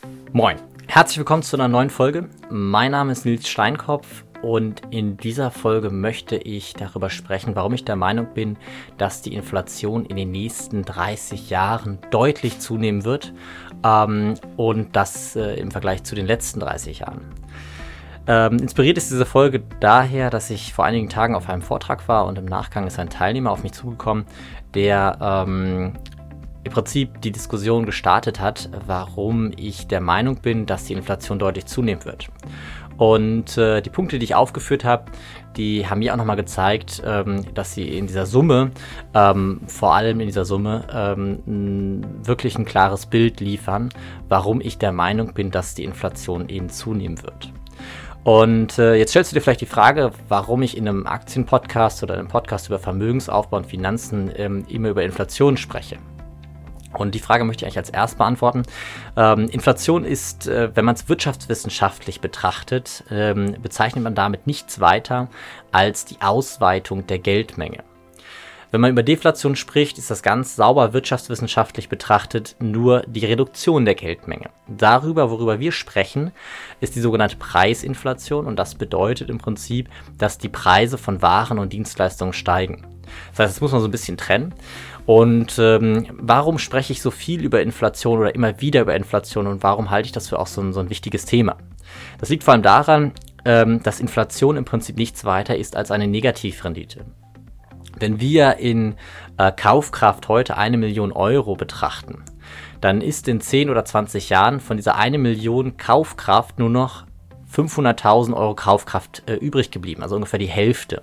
Moin, herzlich willkommen zu einer neuen Folge. Mein Name ist Nils Steinkopf und in dieser Folge möchte ich darüber sprechen, warum ich der Meinung bin, dass die Inflation in den nächsten 30 Jahren deutlich zunehmen wird und das im Vergleich zu den letzten 30 Jahren. Inspiriert ist diese Folge daher, dass ich vor einigen Tagen auf einem Vortrag war und im Nachgang ist ein Teilnehmer auf mich zugekommen, der im Prinzip die Diskussion gestartet hat, warum ich der Meinung bin, dass die Inflation deutlich zunehmen wird. Und die Punkte, die ich aufgeführt habe, die haben mir auch nochmal gezeigt, dass sie in dieser Summe, vor allem in dieser Summe, wirklich ein klares Bild liefern, warum ich der Meinung bin, dass die Inflation eben zunehmen wird. Und jetzt stellst du dir vielleicht die Frage, warum ich in einem Aktienpodcast oder einem Podcast über Vermögensaufbau und Finanzen immer über Inflation spreche. Und die Frage möchte ich eigentlich als erst beantworten. Inflation ist, wenn man es wirtschaftswissenschaftlich betrachtet, bezeichnet man damit nichts weiter als die Ausweitung der Geldmenge. Wenn man über Deflation spricht, ist das ganz sauber wirtschaftswissenschaftlich betrachtet nur die Reduktion der Geldmenge. Darüber, worüber wir sprechen, ist die sogenannte Preisinflation und das bedeutet im Prinzip, dass die Preise von Waren und Dienstleistungen steigen. Das heißt, das muss man so ein bisschen trennen. Und warum spreche ich so viel über Inflation oder immer wieder über Inflation und warum halte ich das für auch so ein wichtiges Thema? Das liegt vor allem daran, dass Inflation im Prinzip nichts weiter ist als eine Negativrendite. Wenn wir in Kaufkraft heute 1 Million Euro betrachten, dann ist in 10 oder 20 Jahren von dieser 1 Million Kaufkraft nur noch 500.000 Euro Kaufkraft übrig geblieben, also ungefähr die Hälfte.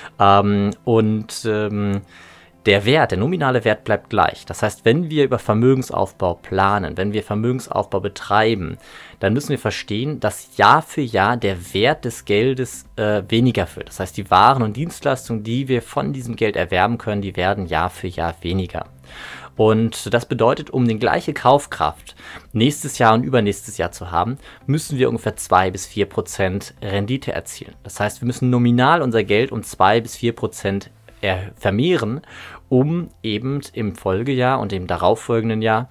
Der nominale Wert bleibt gleich. Das heißt, wenn wir über Vermögensaufbau planen, wenn wir Vermögensaufbau betreiben, dann müssen wir verstehen, dass Jahr für Jahr der Wert des Geldes weniger wird. Das heißt, die Waren und Dienstleistungen, die wir von diesem Geld erwerben können, die werden Jahr für Jahr weniger. Und das bedeutet, um die gleiche Kaufkraft nächstes Jahr und übernächstes Jahr zu haben, müssen wir ungefähr 2-4% Rendite erzielen. Das heißt, wir müssen nominal unser Geld um 2-4% vermehren, um eben im Folgejahr und im darauffolgenden Jahr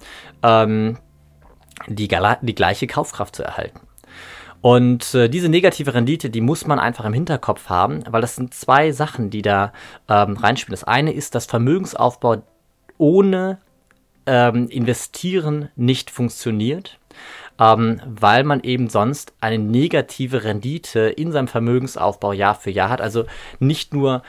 die gleiche Kaufkraft zu erhalten. Und diese negative Rendite, die muss man einfach im Hinterkopf haben, weil das sind zwei Sachen, die da reinspielen. Das eine ist, dass Vermögensaufbau ohne Investieren nicht funktioniert, weil man eben sonst eine negative Rendite in seinem Vermögensaufbau Jahr für Jahr hat. Also nicht nur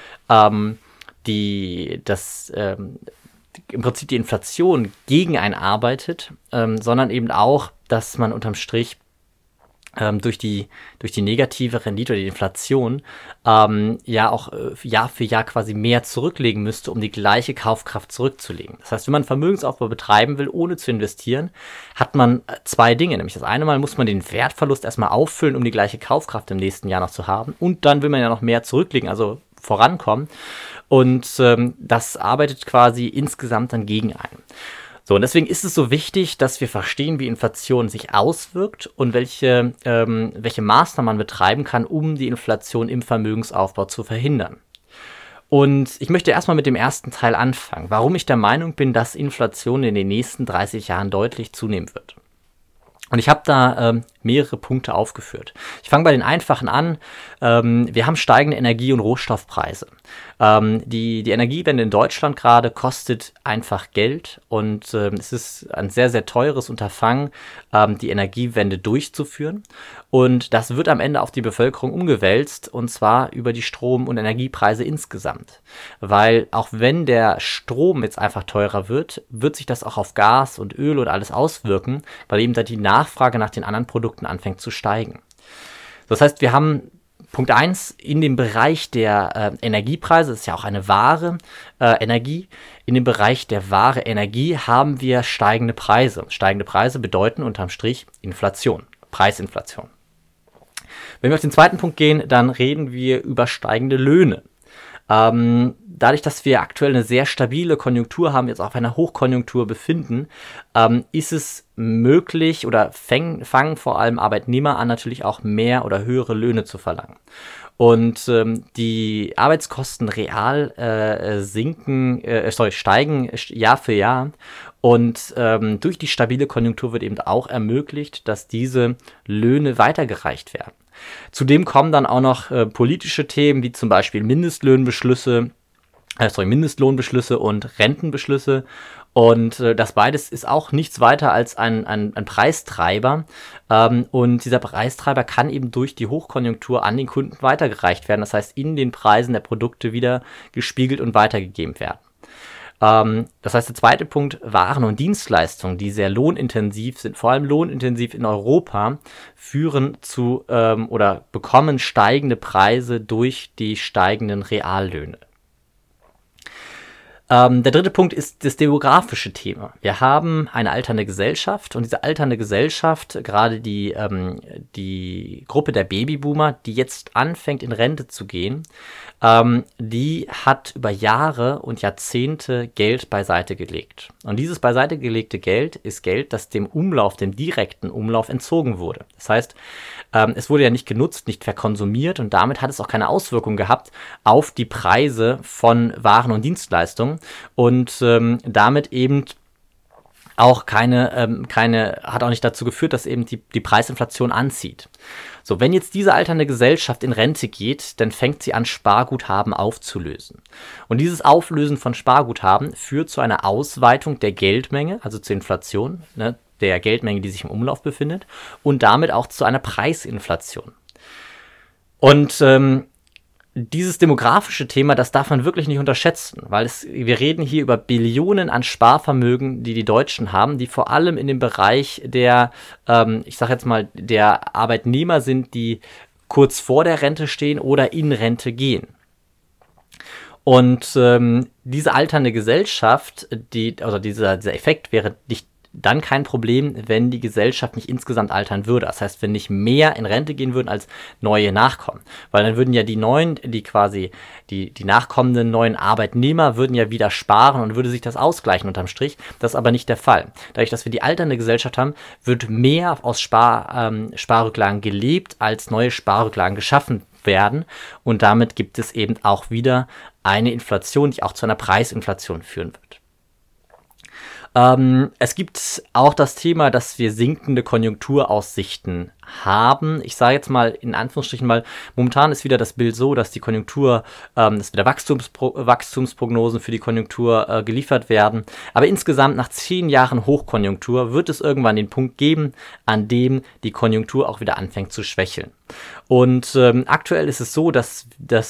im Prinzip die Inflation gegen einen arbeitet, sondern eben auch, dass man unterm Strich durch die negative Rendite oder die Inflation auch Jahr für Jahr quasi mehr zurücklegen müsste, um die gleiche Kaufkraft zurückzulegen. Das heißt, wenn man Vermögensaufbau betreiben will, ohne zu investieren, hat man zwei Dinge. Nämlich das eine Mal muss man den Wertverlust erstmal auffüllen, um die gleiche Kaufkraft im nächsten Jahr noch zu haben. Und dann will man ja noch mehr zurücklegen, also vorankommen. Und das arbeitet quasi insgesamt dann gegen einen. So, und deswegen ist es so wichtig, dass wir verstehen, wie Inflation sich auswirkt und welche Maßnahmen man betreiben kann, um die Inflation im Vermögensaufbau zu verhindern. Und ich möchte erstmal mit dem ersten Teil anfangen, warum ich der Meinung bin, dass Inflation in den nächsten 30 Jahren deutlich zunehmen wird. Und ich habe da mehrere Punkte aufgeführt. Ich fange bei den einfachen an. Wir haben steigende Energie- und Rohstoffpreise. Die Energiewende in Deutschland gerade kostet einfach Geld und es ist ein sehr, sehr teures Unterfangen, die Energiewende durchzuführen. Und das wird am Ende auf die Bevölkerung umgewälzt und zwar über die Strom- und Energiepreise insgesamt. Weil auch wenn der Strom jetzt einfach teurer wird, wird sich das auch auf Gas und Öl und alles auswirken, weil eben da die Nachfrage nach den anderen Produkten anfängt zu steigen. Das heißt, wir haben Punkt 1 in dem Bereich der Energiepreise, das ist ja auch eine Ware, Energie. In dem Bereich der Ware Energie haben wir steigende Preise. Steigende Preise bedeuten unterm Strich Inflation, Preisinflation. Wenn wir auf den zweiten Punkt gehen, dann reden wir über steigende Löhne. Dadurch, dass wir aktuell eine sehr stabile Konjunktur haben, jetzt auf einer Hochkonjunktur befinden, ist es möglich oder fangen vor allem Arbeitnehmer an, natürlich auch mehr oder höhere Löhne zu verlangen. und die Arbeitskosten real steigen Jahr für Jahr. Und durch die stabile Konjunktur wird eben auch ermöglicht, dass diese Löhne weitergereicht werden. Zudem kommen dann auch noch politische Themen, wie zum Beispiel Mindestlohnbeschlüsse und Rentenbeschlüsse. Und das beides ist auch nichts weiter als ein Preistreiber. Und dieser Preistreiber kann eben durch die Hochkonjunktur an den Kunden weitergereicht werden. Das heißt, in den Preisen der Produkte wieder gespiegelt und weitergegeben werden. Das heißt, der zweite Punkt, Waren und Dienstleistungen, die sehr lohnintensiv sind, vor allem lohnintensiv in Europa, führen zu oder bekommen steigende Preise durch die steigenden Reallöhne. Der dritte Punkt ist das demografische Thema. Wir haben eine alternde Gesellschaft und diese alternde Gesellschaft, gerade die Gruppe der Babyboomer, die jetzt anfängt in Rente zu gehen, die hat über Jahre und Jahrzehnte Geld beiseite gelegt. Und dieses beiseite gelegte Geld ist Geld, das dem direkten Umlauf entzogen wurde. Das heißt, es wurde ja nicht genutzt, nicht verkonsumiert und damit hat es auch keine Auswirkung gehabt auf die Preise von Waren und Dienstleistungen und damit eben auch hat auch nicht dazu geführt, dass eben die Preisinflation anzieht. So, wenn jetzt diese alternde Gesellschaft in Rente geht, dann fängt sie an, Sparguthaben aufzulösen. Und dieses Auflösen von Sparguthaben führt zu einer Ausweitung der Geldmenge, also zur Inflation, ne, der Geldmenge, die sich im Umlauf befindet, und damit auch zu einer Preisinflation. Und dieses demografische Thema, das darf man wirklich nicht unterschätzen, weil wir reden hier über Billionen an Sparvermögen, die Deutschen haben, die vor allem in dem Bereich der Arbeitnehmer sind, die kurz vor der Rente stehen oder in Rente gehen. Und diese alternde Gesellschaft, dieser Effekt wäre nicht dann kein Problem, wenn die Gesellschaft nicht insgesamt altern würde. Das heißt, wenn nicht mehr in Rente gehen würden als neue nachkommen. Weil dann würden ja die nachkommenden neuen Arbeitnehmer würden ja wieder sparen und würde sich das ausgleichen unterm Strich. Das ist aber nicht der Fall. Dadurch, dass wir die alternde Gesellschaft haben, wird mehr aus Sparrücklagen gelebt, als neue Sparrücklagen geschaffen werden. Und damit gibt es eben auch wieder eine Inflation, die auch zu einer Preisinflation führen wird. Es gibt auch das Thema, dass wir sinkende Konjunkturaussichten haben. Ich sage jetzt mal in Anführungsstrichen momentan ist wieder das Bild so, dass die Konjunktur, dass wieder Wachstumsprognosen für die Konjunktur geliefert werden. Aber insgesamt nach 10 Jahren Hochkonjunktur wird es irgendwann den Punkt geben, an dem die Konjunktur auch wieder anfängt zu schwächeln. Und aktuell ist es so, dass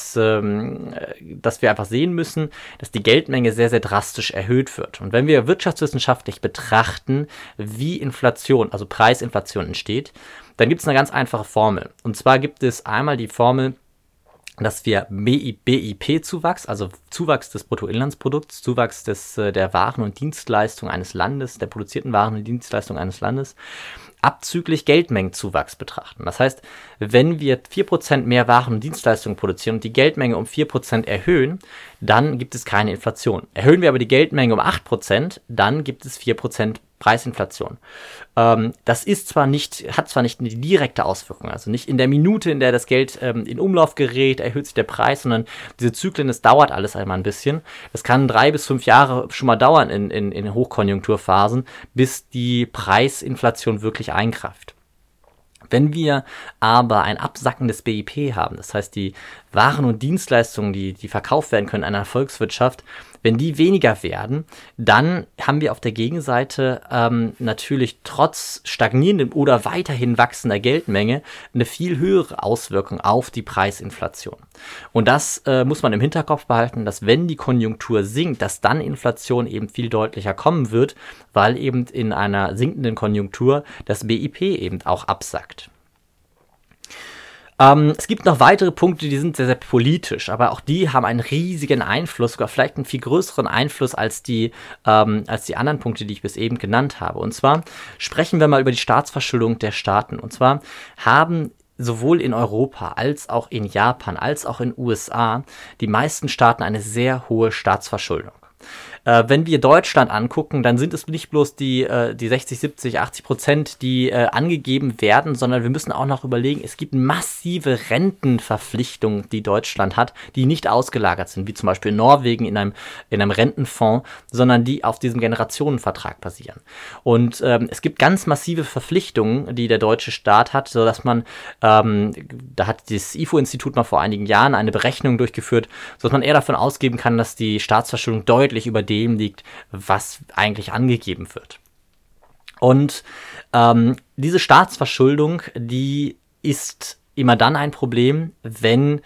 wir einfach sehen müssen, dass die Geldmenge sehr, sehr drastisch erhöht wird. Und wenn wir wirtschaftswissenschaftlich betrachten, wie Inflation, also Preisinflation entsteht, dann gibt es eine ganz einfache Formel. Und zwar gibt es einmal die Formel, dass wir BIP-Zuwachs, also Zuwachs des Bruttoinlandsprodukts, Zuwachs der Waren und Dienstleistungen eines Landes, der produzierten Waren und Dienstleistungen eines Landes, abzüglich Geldmengenzuwachs betrachten. Das heißt, wenn wir 4% mehr Waren und Dienstleistungen produzieren und die Geldmenge um 4% erhöhen, dann gibt es keine Inflation. Erhöhen wir aber die Geldmenge um 8%, dann gibt es 4% Preisinflation. Das hat zwar nicht eine direkte Auswirkung, also nicht in der Minute, in der das Geld in Umlauf gerät, erhöht sich der Preis, sondern diese Zyklen, das dauert alles einmal ein bisschen. Das kann 3 bis 5 Jahre schon mal dauern in Hochkonjunkturphasen, bis die Preisinflation wirklich eingreift. Wenn wir aber ein Absacken des BIP haben, das heißt die Waren und Dienstleistungen, die verkauft werden können in einer Volkswirtschaft, wenn die weniger werden, dann haben wir auf der Gegenseite natürlich trotz stagnierendem oder weiterhin wachsender Geldmenge eine viel höhere Auswirkung auf die Preisinflation. Und das muss man im Hinterkopf behalten, dass wenn die Konjunktur sinkt, dass dann Inflation eben viel deutlicher kommen wird, weil eben in einer sinkenden Konjunktur das BIP eben auch absackt. Es gibt noch weitere Punkte, die sind sehr, sehr politisch, aber auch die haben einen riesigen Einfluss, sogar vielleicht einen viel größeren Einfluss als die anderen Punkte, die ich bis eben genannt habe. Und zwar sprechen wir mal über die Staatsverschuldung der Staaten. Und zwar haben sowohl in Europa als auch in Japan als auch in den USA die meisten Staaten eine sehr hohe Staatsverschuldung. Wenn wir Deutschland angucken, dann sind es nicht bloß die 60, 70, 80%, die angegeben werden, sondern wir müssen auch noch überlegen, es gibt massive Rentenverpflichtungen, die Deutschland hat, die nicht ausgelagert sind, wie zum Beispiel in Norwegen in einem Rentenfonds, sondern die auf diesem Generationenvertrag basieren. Und es gibt ganz massive Verpflichtungen, die der deutsche Staat hat, sodass man, da hat das IFO-Institut mal vor einigen Jahren eine Berechnung durchgeführt, sodass man eher davon ausgehen kann, dass die Staatsverschuldung deutlich über dem liegt, was eigentlich angegeben wird. Und diese Staatsverschuldung, die ist immer dann ein Problem, wenn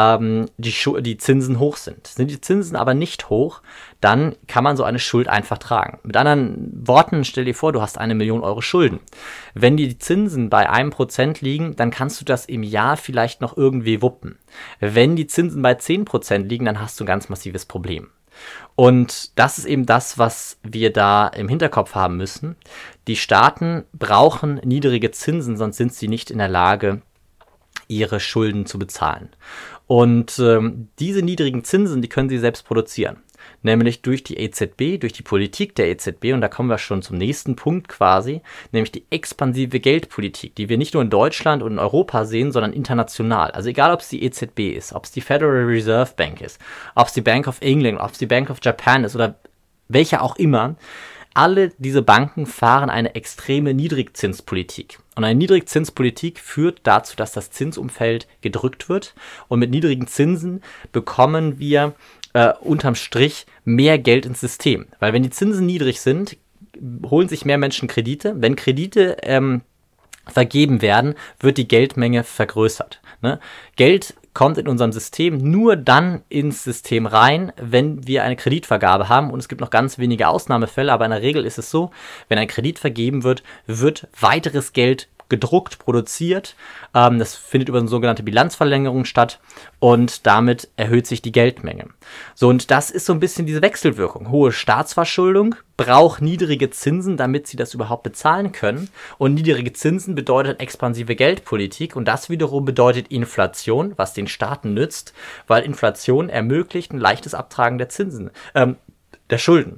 die Zinsen hoch sind. Sind die Zinsen aber nicht hoch, dann kann man so eine Schuld einfach tragen. Mit anderen Worten, stell dir vor, du hast 1 Million Euro Schulden. Wenn die Zinsen bei 1% liegen, dann kannst du das im Jahr vielleicht noch irgendwie wuppen. Wenn die Zinsen bei 10% liegen, dann hast du ein ganz massives Problem. Und das ist eben das, was wir da im Hinterkopf haben müssen. Die Staaten brauchen niedrige Zinsen, sonst sind sie nicht in der Lage, ihre Schulden zu bezahlen. Und diese niedrigen Zinsen, die können sie selbst produzieren. Nämlich durch die EZB, durch die Politik der EZB, und da kommen wir schon zum nächsten Punkt quasi, nämlich die expansive Geldpolitik, die wir nicht nur in Deutschland und in Europa sehen, sondern international. Also egal, ob es die EZB ist, ob es die Federal Reserve Bank ist, ob es die Bank of England, ob es die Bank of Japan ist oder welche auch immer, alle diese Banken fahren eine extreme Niedrigzinspolitik. Und eine Niedrigzinspolitik führt dazu, dass das Zinsumfeld gedrückt wird. Und mit niedrigen Zinsen bekommen wir unterm Strich mehr Geld ins System. Weil wenn die Zinsen niedrig sind, holen sich mehr Menschen Kredite. Wenn Kredite vergeben werden, wird die Geldmenge vergrößert. Ne? Geld kommt in unserem System nur dann ins System rein, wenn wir eine Kreditvergabe haben. Und es gibt noch ganz wenige Ausnahmefälle, aber in der Regel ist es so, wenn ein Kredit vergeben wird, wird weiteres Geld gedruckt, produziert. Das findet über eine sogenannte Bilanzverlängerung statt und damit erhöht sich die Geldmenge. So, und das ist so ein bisschen diese Wechselwirkung. Hohe Staatsverschuldung braucht niedrige Zinsen, damit sie das überhaupt bezahlen können. Und niedrige Zinsen bedeutet expansive Geldpolitik und das wiederum bedeutet Inflation, was den Staaten nützt, weil Inflation ermöglicht ein leichtes Abtragen der Zinsen, der Schulden.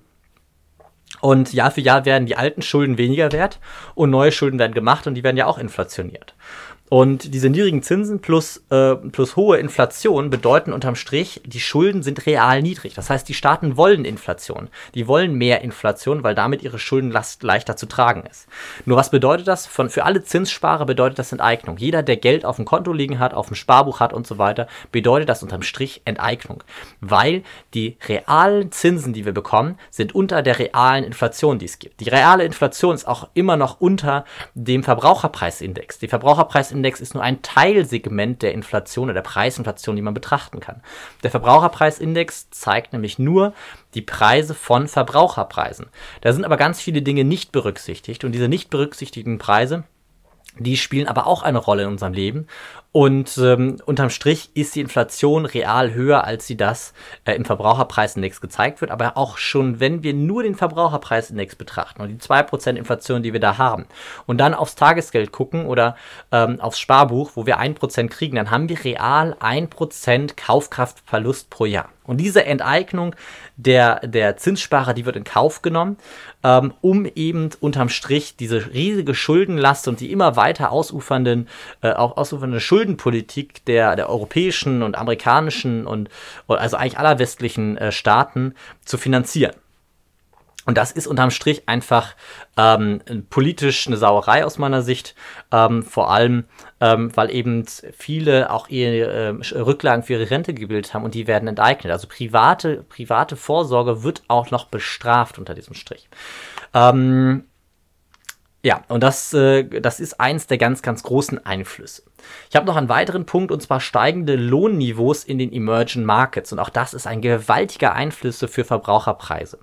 Und Jahr für Jahr werden die alten Schulden weniger wert und neue Schulden werden gemacht und die werden ja auch inflationiert. Und diese niedrigen Zinsen plus hohe Inflation bedeuten unterm Strich, die Schulden sind real niedrig. Das heißt, die Staaten wollen Inflation. Die wollen mehr Inflation, weil damit ihre Schuldenlast leichter zu tragen ist. Nur was bedeutet das? Für alle Zinssparer bedeutet das Enteignung. Jeder, der Geld auf dem Konto liegen hat, auf dem Sparbuch hat und so weiter, bedeutet das unterm Strich Enteignung. Weil die realen Zinsen, die wir bekommen, sind unter der realen Inflation, die es gibt. Die reale Inflation ist auch immer noch unter dem Verbraucherpreisindex. Der Verbraucherpreisindex ist nur ein Teilsegment der Inflation oder der Preisinflation, die man betrachten kann. Der Verbraucherpreisindex zeigt nämlich nur die Preise von Verbraucherpreisen. Da sind aber ganz viele Dinge nicht berücksichtigt und diese nicht berücksichtigten Preise, die spielen aber auch eine Rolle in unserem Leben. Und unterm Strich ist die Inflation real höher, als sie das im Verbraucherpreisindex gezeigt wird. Aber auch schon, wenn wir nur den Verbraucherpreisindex betrachten und die 2% Inflation, die wir da haben, und dann aufs Tagesgeld gucken oder aufs Sparbuch, wo wir 1% kriegen, dann haben wir real 1% Kaufkraftverlust pro Jahr. Und diese Enteignung der Zinssparer, die wird in Kauf genommen, um eben unterm Strich diese riesige Schuldenlast und die immer weiter ausufernde Schuldenpolitik der europäischen und amerikanischen und also eigentlich aller westlichen Staaten zu finanzieren. Und das ist unterm Strich einfach politisch eine Sauerei aus meiner Sicht, vor allem, weil eben viele auch ihre Rücklagen für ihre Rente gebildet haben und die werden enteignet. Also private Vorsorge wird auch noch bestraft unter diesem Strich. Ja, und das ist eins der ganz, ganz großen Einflüsse. Ich habe noch einen weiteren Punkt, und zwar steigende Lohnniveaus in den Emerging Markets. Und auch das ist ein gewaltiger Einfluss für Verbraucherpreise.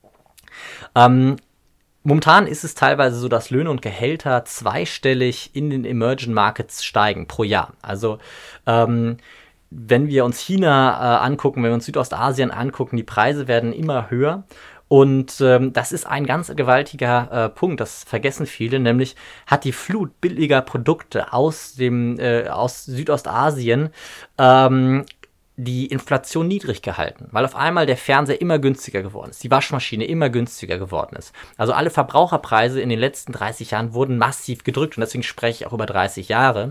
Momentan ist es teilweise so, dass Löhne und Gehälter zweistellig in den Emerging Markets steigen pro Jahr. Also wenn wir uns China angucken, wenn wir uns Südostasien angucken, die Preise werden immer höher. Und das ist ein ganz gewaltiger Punkt, das vergessen viele, nämlich hat die Flut billiger Produkte aus Südostasien die Inflation niedrig gehalten, weil auf einmal der Fernseher immer günstiger geworden ist, die Waschmaschine immer günstiger geworden ist. Also alle Verbraucherpreise in den letzten 30 Jahren wurden massiv gedrückt und deswegen spreche ich auch über 30 Jahre.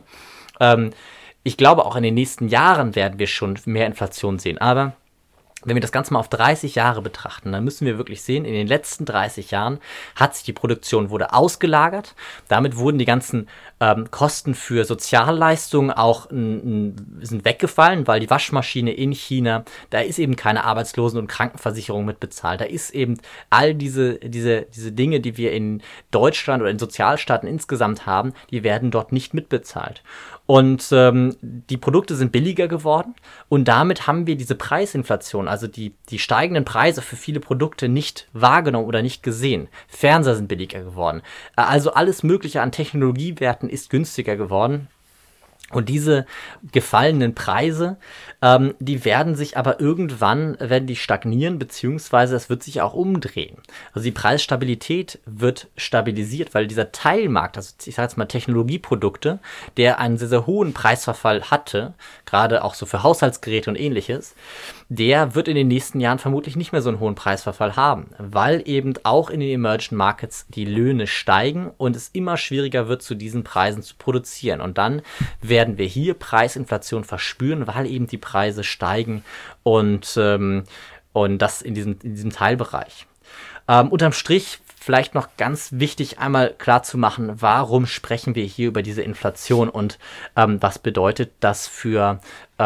Ich glaube, auch in den nächsten Jahren werden wir schon mehr Inflation sehen, aber wenn wir das Ganze mal auf 30 Jahre betrachten, dann müssen wir wirklich sehen, in den letzten 30 Jahren hat sich die Produktion wurde ausgelagert. Damit wurden die ganzen Kosten für Sozialleistungen auch sind weggefallen, weil die Waschmaschine in China, da ist eben keine Arbeitslosen- und Krankenversicherung mit bezahlt. Da ist eben all diese Dinge, die wir in Deutschland oder in Sozialstaaten insgesamt haben, die werden dort nicht mitbezahlt. Und die Produkte sind billiger geworden und damit haben wir diese Preisinflation, also die steigenden Preise für viele Produkte nicht wahrgenommen oder nicht gesehen. Fernseher sind billiger geworden. Also alles Mögliche an Technologiewerten ist günstiger geworden. Und diese gefallenen Preise, die werden sich aber irgendwann, werden die stagnieren, beziehungsweise es wird sich auch umdrehen. Also die Preisstabilität wird stabilisiert, weil dieser Teilmarkt, also ich sage jetzt mal Technologieprodukte, der einen sehr, sehr hohen Preisverfall hatte, gerade auch so für Haushaltsgeräte und ähnliches, der wird in den nächsten Jahren vermutlich nicht mehr so einen hohen Preisverfall haben, weil eben auch in den Emerging Markets die Löhne steigen und es immer schwieriger wird, zu diesen Preisen zu produzieren. Und dann werden wir hier Preisinflation verspüren, weil eben die Preise steigen und das in diesem Teilbereich. Unterm Strich vielleicht noch ganz wichtig einmal klar zu machen, warum sprechen wir hier über diese Inflation und was bedeutet das für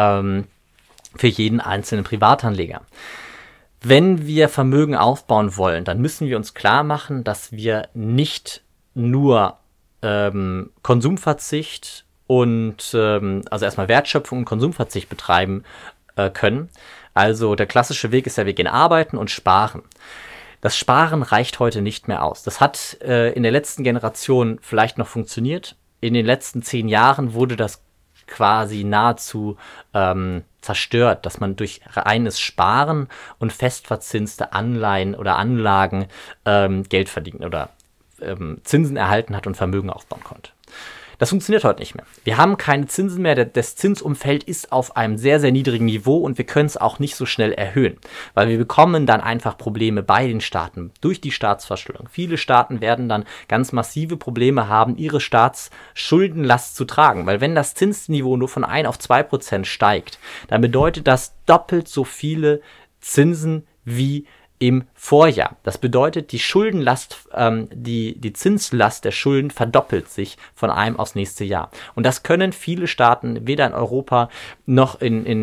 jeden einzelnen Privatanleger. Wenn wir Vermögen aufbauen wollen, dann müssen wir uns klar machen, dass wir nicht nur Konsumverzicht und also erstmal Wertschöpfung und Konsumverzicht betreiben können. Also der klassische Weg ist ja, wir gehen arbeiten und sparen. Das Sparen reicht heute nicht mehr aus. Das hat in der letzten Generation vielleicht noch funktioniert. In den letzten 10 Jahren wurde das quasi nahezu zerstört, dass man durch reines Sparen und festverzinste Anleihen oder Anlagen Geld verdient oder Zinsen erhalten hat und Vermögen aufbauen konnte. Das funktioniert heute nicht mehr. Wir haben keine Zinsen mehr. Das Zinsumfeld ist auf einem sehr, sehr niedrigen Niveau und wir können es auch nicht so schnell erhöhen, weil wir bekommen dann einfach Probleme bei den Staaten durch die Staatsverschuldung. Viele Staaten werden dann ganz massive Probleme haben, ihre Staatsschuldenlast zu tragen, weil wenn das Zinsniveau nur von 1 auf 2% steigt, dann bedeutet das doppelt so viele Zinsen wie im Vorjahr. Das bedeutet, die Schuldenlast, die Zinslast der Schulden verdoppelt sich von einem aufs nächste Jahr. Und das können viele Staaten, weder in Europa noch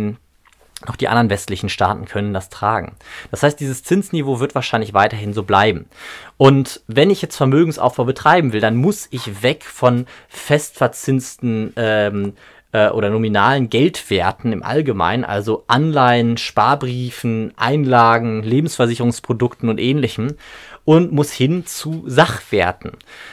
noch die anderen westlichen Staaten können das tragen. Das heißt, dieses Zinsniveau wird wahrscheinlich weiterhin so bleiben. Und wenn ich jetzt Vermögensaufbau betreiben will, dann muss ich weg von festverzinsten oder nominalen Geldwerten im Allgemeinen, also Anleihen, Sparbriefen, Einlagen, Lebensversicherungsprodukten und Ähnlichem und muss hin zu Sachwerten,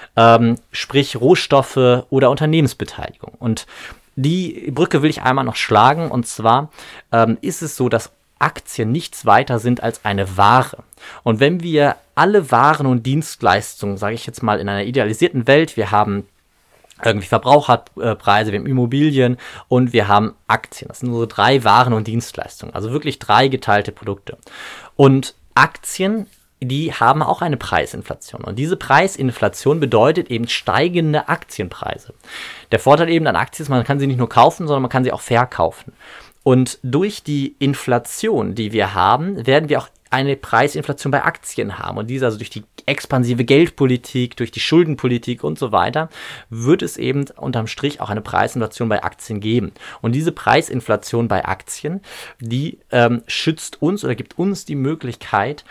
sprich Rohstoffe oder Unternehmensbeteiligung. Und die Brücke will ich einmal noch schlagen, und zwar ist es so, dass Aktien nichts weiter sind als eine Ware. Und wenn wir alle Waren und Dienstleistungen, sage ich jetzt mal in einer idealisierten Welt, wir haben irgendwie Verbraucherpreise, wir haben Immobilien und wir haben Aktien. Das sind unsere 3 Waren und Dienstleistungen, also wirklich 3 geteilte Produkte. Und Aktien, die haben auch eine Preisinflation. Und diese Preisinflation bedeutet eben steigende Aktienpreise. Der Vorteil eben an Aktien ist, man kann sie nicht nur kaufen, sondern man kann sie auch verkaufen. Und durch die Inflation, die wir haben, werden wir auch eine Preisinflation bei Aktien haben. Und diese, also durch die expansive Geldpolitik, durch die Schuldenpolitik und so weiter, wird es eben unterm Strich auch eine Preisinflation bei Aktien geben. Und diese Preisinflation bei Aktien, die schützt uns oder gibt uns die Möglichkeit,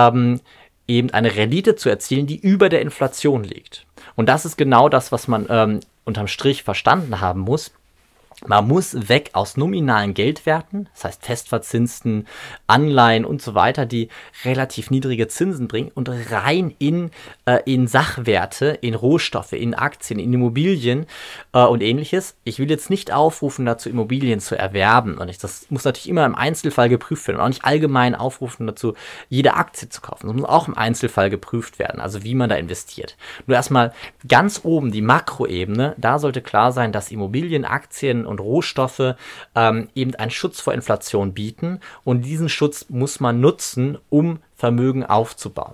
eben eine Rendite zu erzielen, die über der Inflation liegt. Und das ist genau das, was man unterm Strich verstanden haben muss. Man muss weg aus nominalen Geldwerten, das heißt festverzinsten Anleihen und so weiter, die relativ niedrige Zinsen bringen, und rein in Sachwerte, in Rohstoffe, in Aktien, in Immobilien und ähnliches. Ich will jetzt nicht aufrufen, dazu Immobilien zu erwerben, und das muss natürlich immer im Einzelfall geprüft werden und auch nicht allgemein aufrufen dazu, jede Aktie zu kaufen. Das muss auch im Einzelfall geprüft werden, also wie man da investiert. Nur erstmal ganz oben die Makroebene, da sollte klar sein, dass Immobilien, Aktien Währungen und Rohstoffe eben einen Schutz vor Inflation bieten. Und diesen Schutz muss man nutzen, um Vermögen aufzubauen.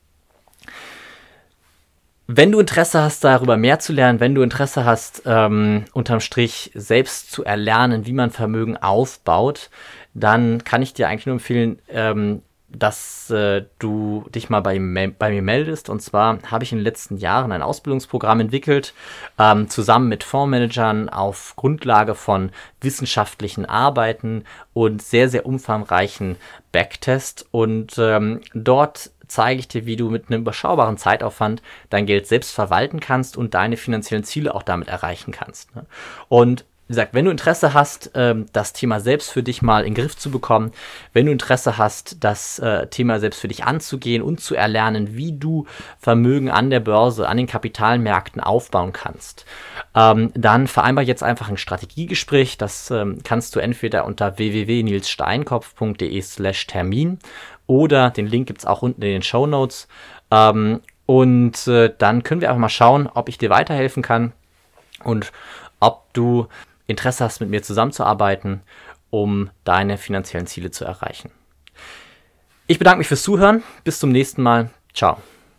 Wenn du Interesse hast, darüber mehr zu lernen, wenn du Interesse hast, unterm Strich selbst zu erlernen, wie man Vermögen aufbaut, dann kann ich dir eigentlich nur empfehlen, dass du dich mal bei mir meldest. Und zwar habe ich in den letzten Jahren ein Ausbildungsprogramm entwickelt, zusammen mit Fondsmanagern auf Grundlage von wissenschaftlichen Arbeiten und sehr, sehr umfangreichen Backtest. Und dort zeige ich dir, wie du mit einem überschaubaren Zeitaufwand dein Geld selbst verwalten kannst und deine finanziellen Ziele auch damit erreichen kannst. Und wie gesagt, wenn du Interesse hast, das Thema selbst für dich mal in den Griff zu bekommen, wenn du Interesse hast, das Thema selbst für dich anzugehen und zu erlernen, wie du Vermögen an der Börse, an den Kapitalmärkten aufbauen kannst, dann vereinbar jetzt einfach ein Strategiegespräch. Das kannst du entweder unter www.nilssteinkopf.de/Termin oder den Link gibt es auch unten in den Shownotes. Dann können wir einfach mal schauen, ob ich dir weiterhelfen kann und ob du Interesse hast, mit mir zusammenzuarbeiten, um deine finanziellen Ziele zu erreichen. Ich bedanke mich fürs Zuhören. Bis zum nächsten Mal. Ciao.